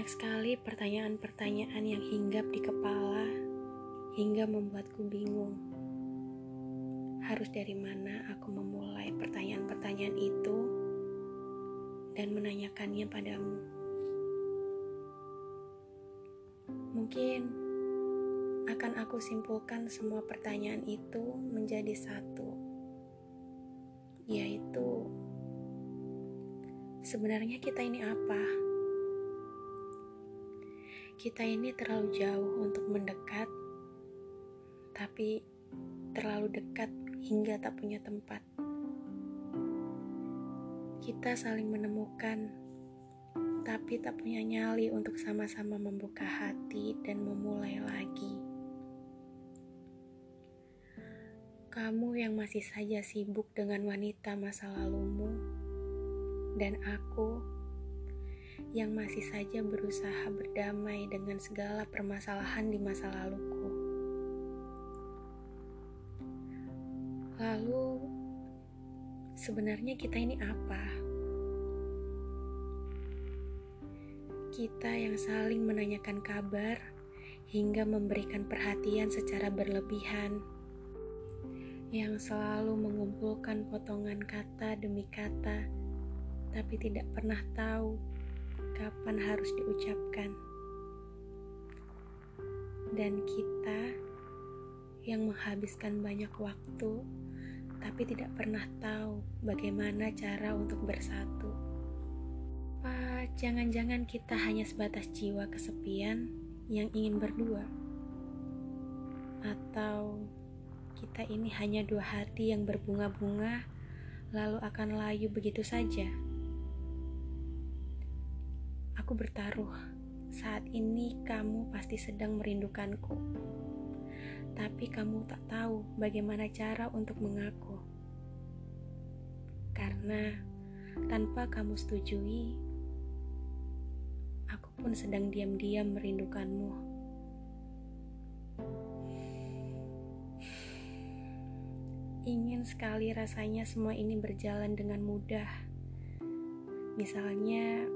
Banyak sekali pertanyaan-pertanyaan yang hinggap di kepala hingga membuatku bingung. Harus dari mana aku memulai pertanyaan-pertanyaan itu dan menanyakannya padamu. Mungkin akan aku simpulkan semua pertanyaan itu menjadi satu, yaitu sebenarnya kita ini apa? Kita ini terlalu jauh untuk mendekat, tapi terlalu dekat hingga tak punya tempat. Kita saling menemukan, tapi tak punya nyali untuk sama-sama membuka hati dan memulai lagi. Kamu yang masih saja sibuk dengan wanita masa lalumu, dan aku yang masih saja berusaha berdamai dengan segala permasalahan di masa laluku. Lalu, sebenarnya kita ini apa? Kita yang saling menanyakan kabar hingga memberikan perhatian secara berlebihan, yang selalu mengumpulkan potongan kata demi kata, tapi tidak pernah tahu kapan harus diucapkan. Dan kita yang menghabiskan banyak waktu, tapi tidak pernah tahu bagaimana cara untuk bersatu. Jangan-jangan kita hanya sebatas jiwa kesepian yang ingin berdua? Atau kita ini hanya dua hati yang berbunga-bunga, lalu akan layu begitu saja? Aku bertaruh, saat ini kamu pasti sedang merindukanku. Tapi kamu tak tahu bagaimana cara untuk mengaku. Karena tanpa kamu setujui, aku pun sedang diam-diam merindukanmu. Ingin sekali rasanya semua ini berjalan dengan mudah. Misalnya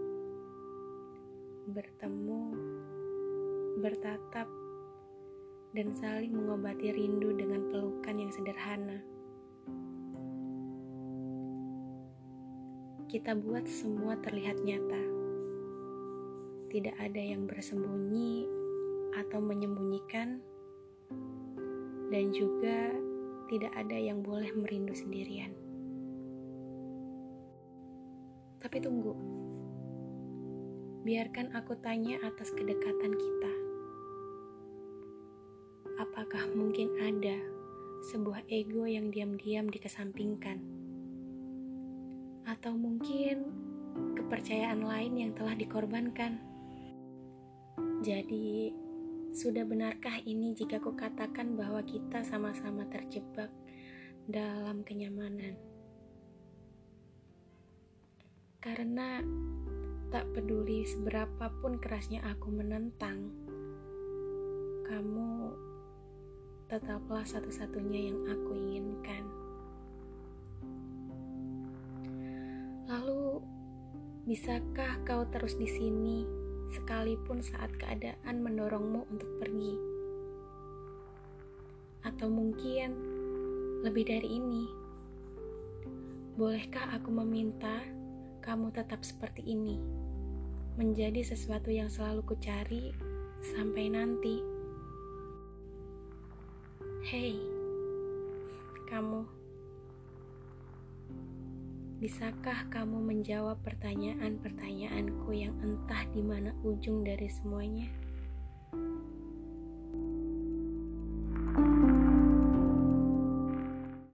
bertemu, bertatap, dan saling mengobati rindu dengan pelukan yang sederhana. Kita buat semua terlihat nyata. Tidak ada yang bersembunyi atau menyembunyikan, dan juga tidak ada yang boleh merindu sendirian. Tapi tunggu. Biarkan aku tanya atas kedekatan kita. Apakah mungkin ada sebuah ego yang diam-diam dikesampingkan? Atau mungkin kepercayaan lain yang telah dikorbankan? Jadi, sudah benarkah ini jika kukatakan bahwa kita sama-sama terjebak dalam kenyamanan? Karena tak peduli seberapapun kerasnya aku menentang, kamu tetaplah satu-satunya yang aku inginkan. Lalu, bisakah kau terus di sini sekalipun saat keadaan mendorongmu untuk pergi? Atau mungkin lebih dari ini? Bolehkah aku meminta kamu tetap seperti ini, menjadi sesuatu yang selalu kucari sampai nanti? Hei, kamu, bisakah kamu menjawab pertanyaan-pertanyaanku yang entah di mana ujung dari semuanya?